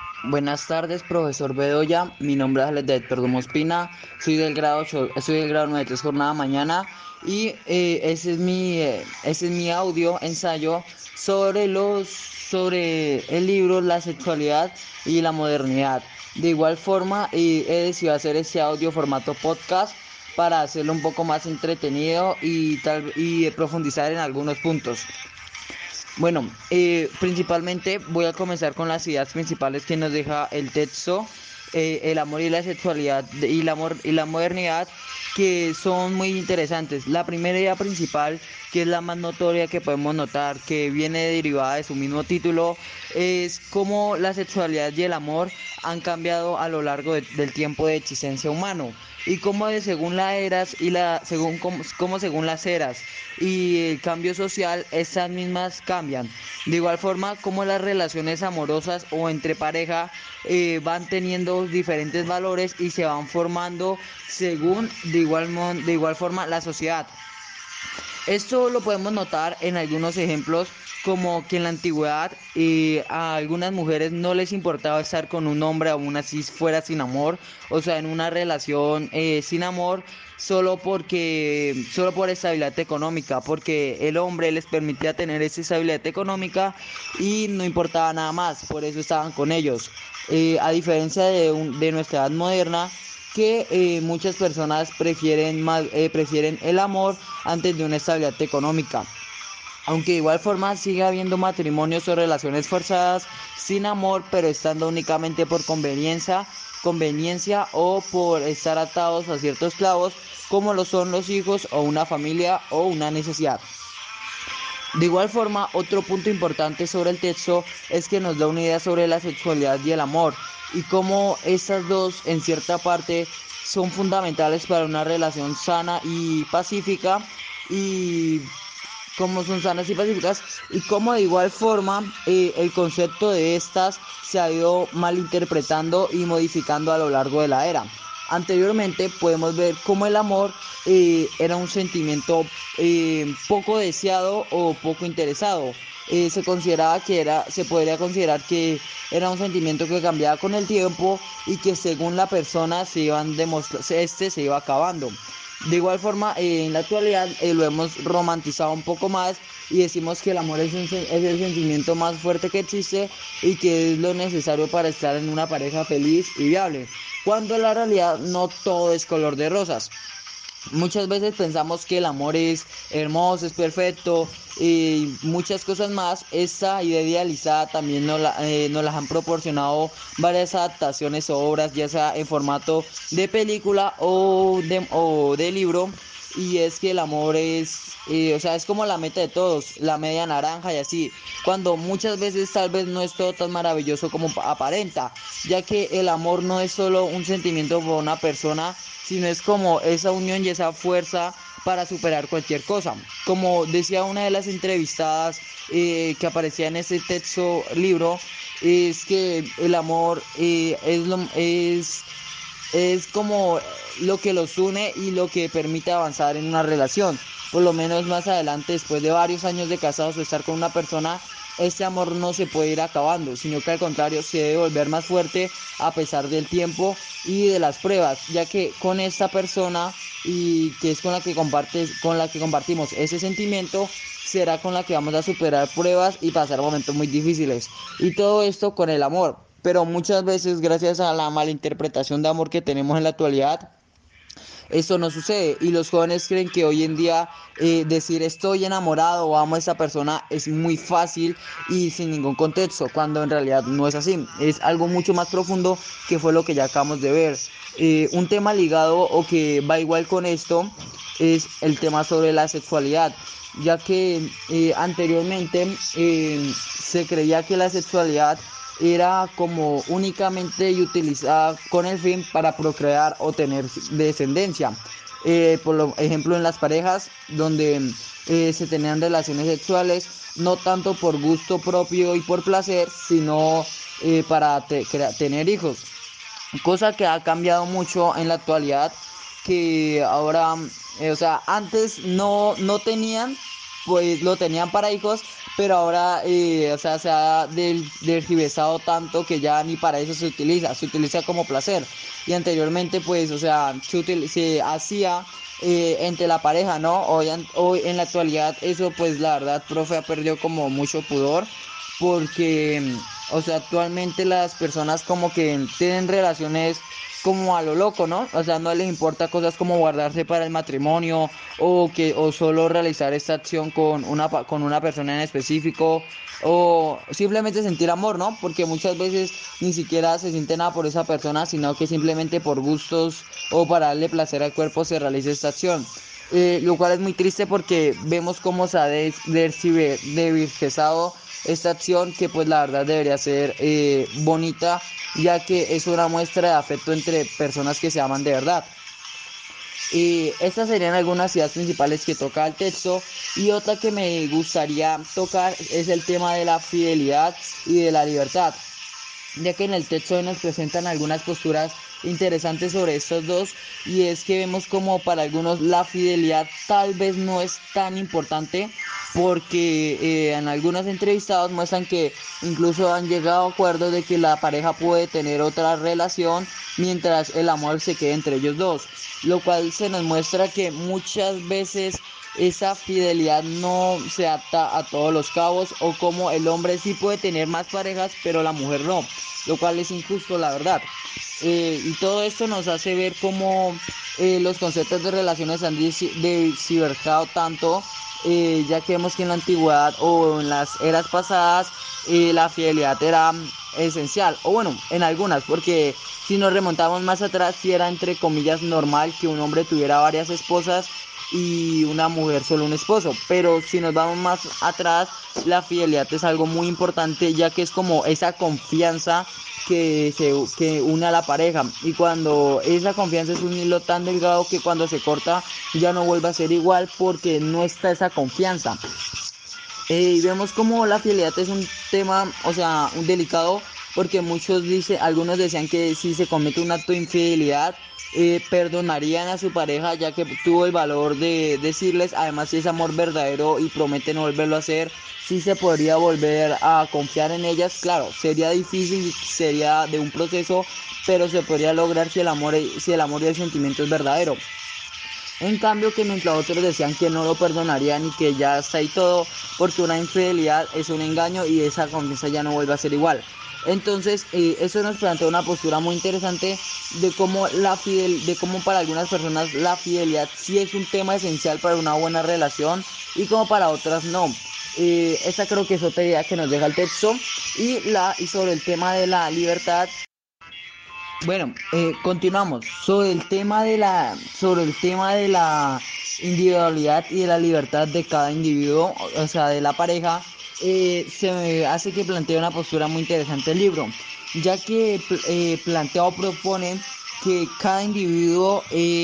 Buenas tardes, profesor Bedoya. Mi nombre es Alex Perdomo Espina. Soy del grado 93 jornada mañana y ese es mi audio ensayo sobre el libro La sexualidad y la modernidad. De igual forma, he decidido hacer este audio formato podcast para hacerlo un poco más entretenido y profundizar en algunos puntos. Bueno, principalmente voy a comenzar con las ideas principales que nos deja el texto, el amor y la sexualidad y la modernidad, que son muy interesantes. La primera idea principal, que es la más notoria que podemos notar, que viene derivada de su mismo título, es cómo la sexualidad y el amor han cambiado a lo largo del tiempo de existencia humano y cómo según las eras y según las eras y el cambio social, estas mismas cambian. De igual forma, como las relaciones amorosas o entre pareja van teniendo diferentes valores y se van formando según de igual forma la sociedad. Esto lo podemos notar en algunos ejemplos, como que en la antigüedad a algunas mujeres no les importaba estar con un hombre aún así fuera sin amor, o sea, en una relación sin amor, solo por estabilidad económica, porque el hombre les permitía tener esa estabilidad económica y no importaba nada más, por eso estaban con ellos. A diferencia de nuestra edad moderna, que muchas personas prefieren el amor antes de una estabilidad económica. Aunque de igual forma sigue habiendo matrimonios o relaciones forzadas sin amor, pero estando únicamente por conveniencia o por estar atados a ciertos clavos, como lo son los hijos o una familia o una necesidad. De igual forma, otro punto importante sobre el texto es que nos da una idea sobre la sexualidad y el amor y cómo estas dos en cierta parte son fundamentales para una relación sana y pacífica y cómo son sanas y pacíficas y cómo de igual forma el concepto de estas se ha ido malinterpretando y modificando a lo largo de la era. Anteriormente podemos ver cómo el amor era un sentimiento poco deseado o poco interesado. Se podría considerar que era un sentimiento que cambiaba con el tiempo y que según la persona se iba acabando. De igual forma, en la actualidad lo hemos romantizado un poco más y decimos que el amor es el sentimiento más fuerte que existe y que es lo necesario para estar en una pareja feliz y viable, cuando en la realidad no todo es color de rosas. Muchas veces pensamos que el amor es hermoso, es perfecto y muchas cosas más. Esta idea idealizada también nos las han proporcionado varias adaptaciones o obras, ya sea en formato de película o de libro. Y es que el amor es como la meta de todos, la media naranja y así, cuando muchas veces tal vez no es todo tan maravilloso como aparenta, ya que el amor no es solo un sentimiento por una persona, sino es como esa unión y esa fuerza para superar cualquier cosa. Como decía una de las entrevistadas que aparecía en ese texto libro, es que el amor es como lo que los une y lo que permite avanzar en una relación. Por lo menos más adelante, después de varios años de casados o estar con una persona, este amor no se puede ir acabando, sino que al contrario se debe volver más fuerte a pesar del tiempo y de las pruebas, ya que con esta persona y que es con la que compartimos ese sentimiento, será con la que vamos a superar pruebas y pasar momentos muy difíciles. Y todo esto con el amor. Pero muchas veces, gracias a la malinterpretación de amor que tenemos en la actualidad, esto no sucede y los jóvenes creen que hoy en día decir estoy enamorado o amo a esta persona es muy fácil y sin ningún contexto, cuando en realidad no es así, es algo mucho más profundo, que fue lo que ya acabamos de ver. Un tema ligado o que va igual con esto es el tema sobre la sexualidad, ya que anteriormente se creía que la sexualidad era como únicamente utilizada con el fin para procrear o tener descendencia. Por ejemplo, en las parejas donde se tenían relaciones sexuales, no tanto por gusto propio y por placer, sino para tener hijos. Cosa que ha cambiado mucho en la actualidad, que ahora, o sea, antes no tenían. pues lo tenían para hijos, pero ahora o sea, se ha tergiversado tanto que ya ni para eso se utiliza como placer. Y anteriormente pues, o sea, se hacía entre la pareja, ¿no? Hoy en la actualidad eso pues la verdad, profe, ha perdido como mucho pudor porque, o sea, actualmente las personas como que tienen relaciones como a lo loco, ¿no? O sea, no les importa cosas como guardarse para el matrimonio o solo realizar esta acción con una persona en específico o simplemente sentir amor, ¿no? Porque muchas veces ni siquiera se siente nada por esa persona, sino que simplemente por gustos o para darle placer al cuerpo se realiza esta acción. Lo cual es muy triste porque vemos cómo se ha desvirtualizado esta acción que pues la verdad debería ser bonita, ya que es una muestra de afecto entre personas que se aman de verdad. Y estas serían algunas ideas principales que toca el texto, y otra que me gustaría tocar es el tema de la fidelidad y de la libertad, ya que en el texto nos presentan algunas posturas interesantes sobre estos dos, y es que vemos como para algunos la fidelidad tal vez no es tan importante porque en algunos entrevistados muestran que incluso han llegado a acuerdos de que la pareja puede tener otra relación mientras el amor se quede entre ellos dos, lo cual se nos muestra que muchas veces esa fidelidad no se ata a todos los cabos, o como el hombre sí puede tener más parejas pero la mujer no, lo cual es injusto, la verdad. Y todo esto nos hace ver cómo los conceptos de relaciones han diversificado tanto, ya que vemos que en la antigüedad o en las eras pasadas la fidelidad era esencial, o bueno, en algunas, porque si nos remontamos más atrás, sí era entre comillas normal que un hombre tuviera varias esposas y una mujer solo un esposo, pero si nos vamos más atrás, la fidelidad es algo muy importante, ya que es como esa confianza que une a la pareja, y cuando esa confianza es un hilo tan delgado que cuando se corta ya no vuelve a ser igual porque no está esa confianza. Y vemos como la fidelidad es un tema, o sea, un delicado, porque algunos decían que si se comete un acto de infidelidad, perdonarían a su pareja ya que tuvo el valor de decirles. Además, si es amor verdadero y promete no volverlo a hacer, sí se podría volver a confiar en ellas. Claro, sería difícil, sería de un proceso, pero se podría lograr si el amor y el sentimiento es verdadero. En cambio, que mientras otros decían que no lo perdonarían y que ya está ahí todo, porque una infidelidad es un engaño y esa confianza ya no vuelve a ser igual. Entonces, eso nos plantea una postura muy interesante de cómo para algunas personas la fidelidad sí es un tema esencial para una buena relación y como para otras no. Esta creo que es otra idea que nos deja el texto, y sobre el tema de la libertad. Bueno, continuamos sobre el tema de la individualidad y de la libertad de cada individuo, o sea, de la pareja. Se me hace que plantea una postura muy interesante el libro, ya que plantea o propone que cada individuo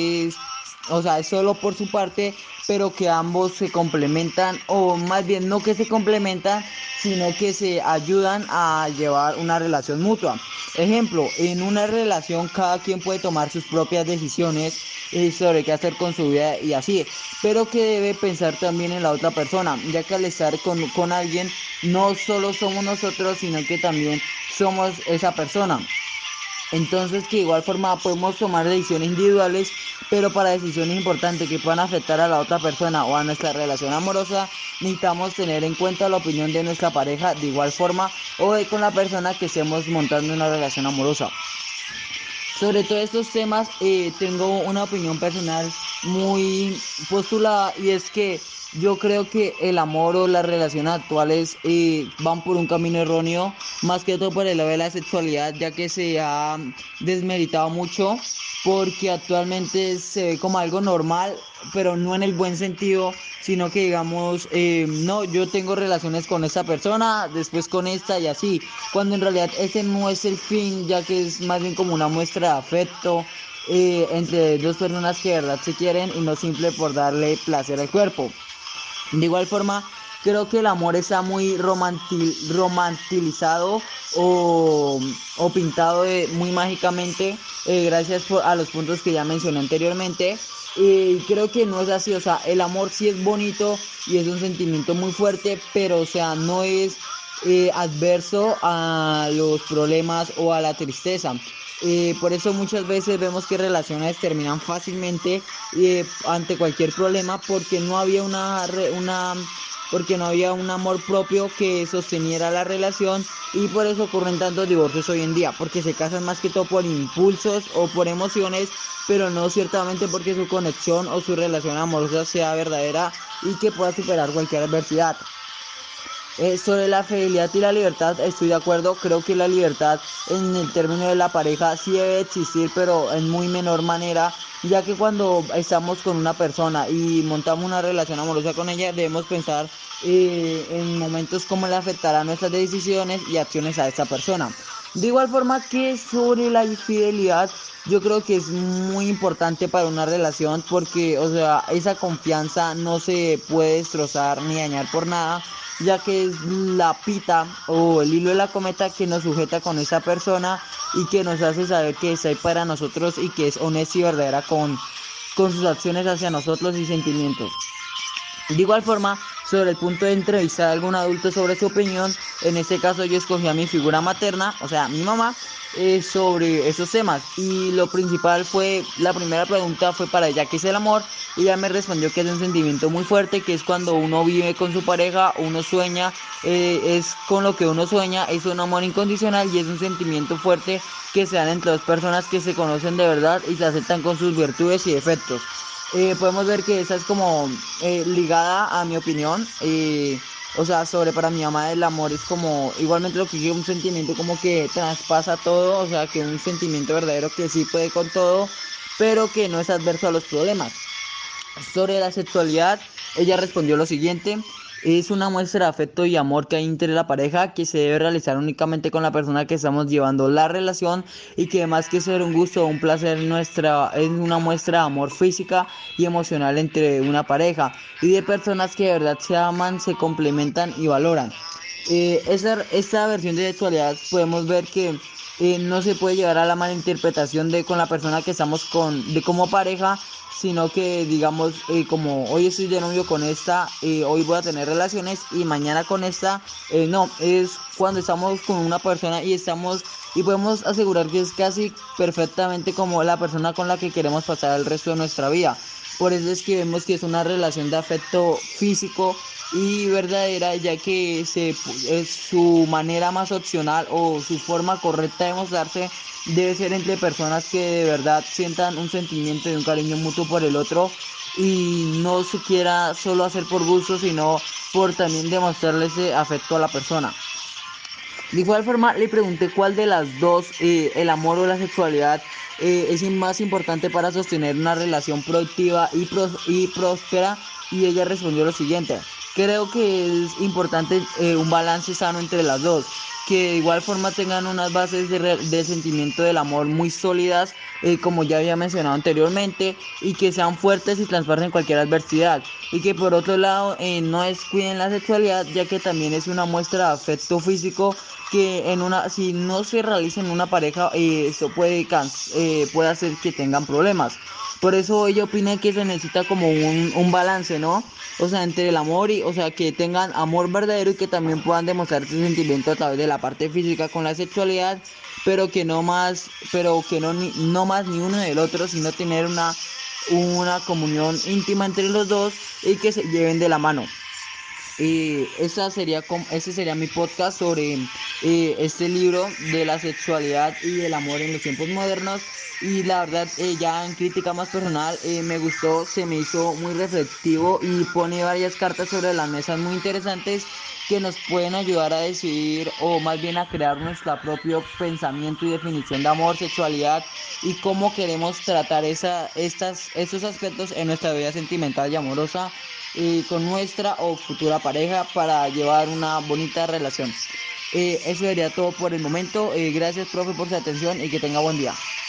o sea, es solo por su parte, pero que ambos se complementan, o más bien no que se complementan, sino que se ayudan a llevar una relación mutua. Ejemplo, en una relación cada quien puede tomar sus propias decisiones sobre qué hacer con su vida y así, pero que debe pensar también en la otra persona, ya que al estar con alguien no solo somos nosotros, sino que también somos esa persona. Entonces, que de igual forma podemos tomar decisiones individuales, pero para decisiones importantes que puedan afectar a la otra persona o a nuestra relación amorosa, necesitamos tener en cuenta la opinión de nuestra pareja de igual forma, o de con la persona que estemos montando una relación amorosa. Sobre todos estos temas tengo una opinión personal muy postulada, y es que yo creo que el amor o las relaciones actuales van por un camino erróneo, más que todo por el lado de la sexualidad, ya que se ha desmeritado mucho, porque actualmente se ve como algo normal, pero no en el buen sentido, sino que digamos, no, yo tengo relaciones con esta persona, después con esta y así, cuando en realidad ese no es el fin, ya que es más bien como una muestra de afecto entre dos personas que de verdad se quieren, y no simple por darle placer al cuerpo. De igual forma, creo que el amor está muy romantilizado o pintado muy mágicamente, gracias a los puntos que ya mencioné anteriormente. Y creo que no es así, o sea, el amor sí es bonito y es un sentimiento muy fuerte, pero o sea, no es adverso a los problemas o a la tristeza. Por eso muchas veces vemos que relaciones terminan fácilmente ante cualquier problema porque no había porque no había un amor propio que sosteniera la relación, y por eso ocurren tantos divorcios hoy en día, porque se casan más que todo por impulsos o por emociones, pero no ciertamente porque su conexión o su relación amorosa sea verdadera y que pueda superar cualquier adversidad. Sobre la fidelidad y la libertad, estoy de acuerdo. Creo que la libertad en el término de la pareja sí debe existir, pero en muy menor manera, ya que cuando estamos con una persona y montamos una relación amorosa con ella, debemos pensar en momentos cómo le afectará nuestras decisiones y acciones a esta persona. De igual forma que sobre la infidelidad, yo creo que es muy importante para una relación porque, o sea, esa confianza no se puede destrozar ni dañar por nada, ya que es la pita o el hilo de la cometa que nos sujeta con esa persona y que nos hace saber que está ahí para nosotros y que es honesta y verdadera con sus acciones hacia nosotros y sentimientos. De igual forma, sobre el punto de entrevistar a algún adulto sobre su opinión, en este caso yo escogí a mi figura materna, o sea, mi mamá, sobre esos temas. Y lo principal fue, la primera pregunta fue para ella, ¿qué es el amor? Y ella me respondió que es un sentimiento muy fuerte, que es cuando uno vive con su pareja, uno sueña, es con lo que uno sueña, es un amor incondicional y es un sentimiento fuerte que se dan entre dos personas que se conocen de verdad y se aceptan con sus virtudes y defectos. Podemos ver que esa es como ligada a mi opinión. O sea, sobre para mi mamá el amor es como igualmente lo que dije, un sentimiento como que traspasa todo, o sea, que un sentimiento verdadero que sí puede con todo, pero que no es adverso a los problemas. Sobre la sexualidad, ella respondió lo siguiente: es una muestra de afecto y amor que hay entre la pareja, que se debe realizar únicamente con la persona que estamos llevando la relación, y que más que ser un gusto o un placer es una muestra de amor física y emocional entre una pareja y de personas que de verdad se aman, se complementan y valoran. Esta versión de sexualidad podemos ver que no se puede llegar a la malinterpretación de con la persona que estamos de como pareja, sino que digamos, como hoy estoy de novio con esta, hoy voy a tener relaciones y mañana con esta, no, es cuando estamos con una persona y podemos asegurar que es casi perfectamente como la persona con la que queremos pasar el resto de nuestra vida. Por eso es que vemos que es una relación de afecto físico y verdadera, ya que es su manera más opcional o su forma correcta de mostrarse debe ser entre personas que de verdad sientan un sentimiento y un cariño mutuo por el otro y no se quiera solo hacer por gusto, sino por también demostrarle ese afecto a la persona. De igual forma le pregunté cuál de las dos, el amor o la sexualidad, es más importante para sostener una relación productiva y próspera, y ella respondió lo siguiente: creo que es importante un balance sano entre las dos, que de igual forma tengan unas bases de sentimiento del amor muy sólidas, como ya había mencionado anteriormente, y que sean fuertes y transpasen cualquier adversidad, y que por otro lado no descuiden la sexualidad, ya que también es una muestra de afecto físico que si no se realiza en una pareja, eso puede hacer que tengan problemas. Por eso ella opina que se necesita como un balance, ¿no? O sea, entre el amor o sea, que tengan amor verdadero y que también puedan demostrar su sentimiento a través de la parte física con la sexualidad, pero que no más ni uno del otro, sino tener una comunión íntima entre los dos y que se lleven de la mano. Ese sería mi podcast sobre este libro de la sexualidad y el amor en los tiempos modernos. Y la verdad, ya en crítica más personal, me gustó, se me hizo muy reflexivo y pone varias cartas sobre las mesas muy interesantes que nos pueden ayudar a decidir o más bien a crear nuestro propio pensamiento y definición de amor, sexualidad y cómo queremos tratar estos aspectos en nuestra vida sentimental y amorosa con nuestra o futura pareja para llevar una bonita relación. Eso sería todo por el momento. Gracias, profe, por su atención y que tenga buen día.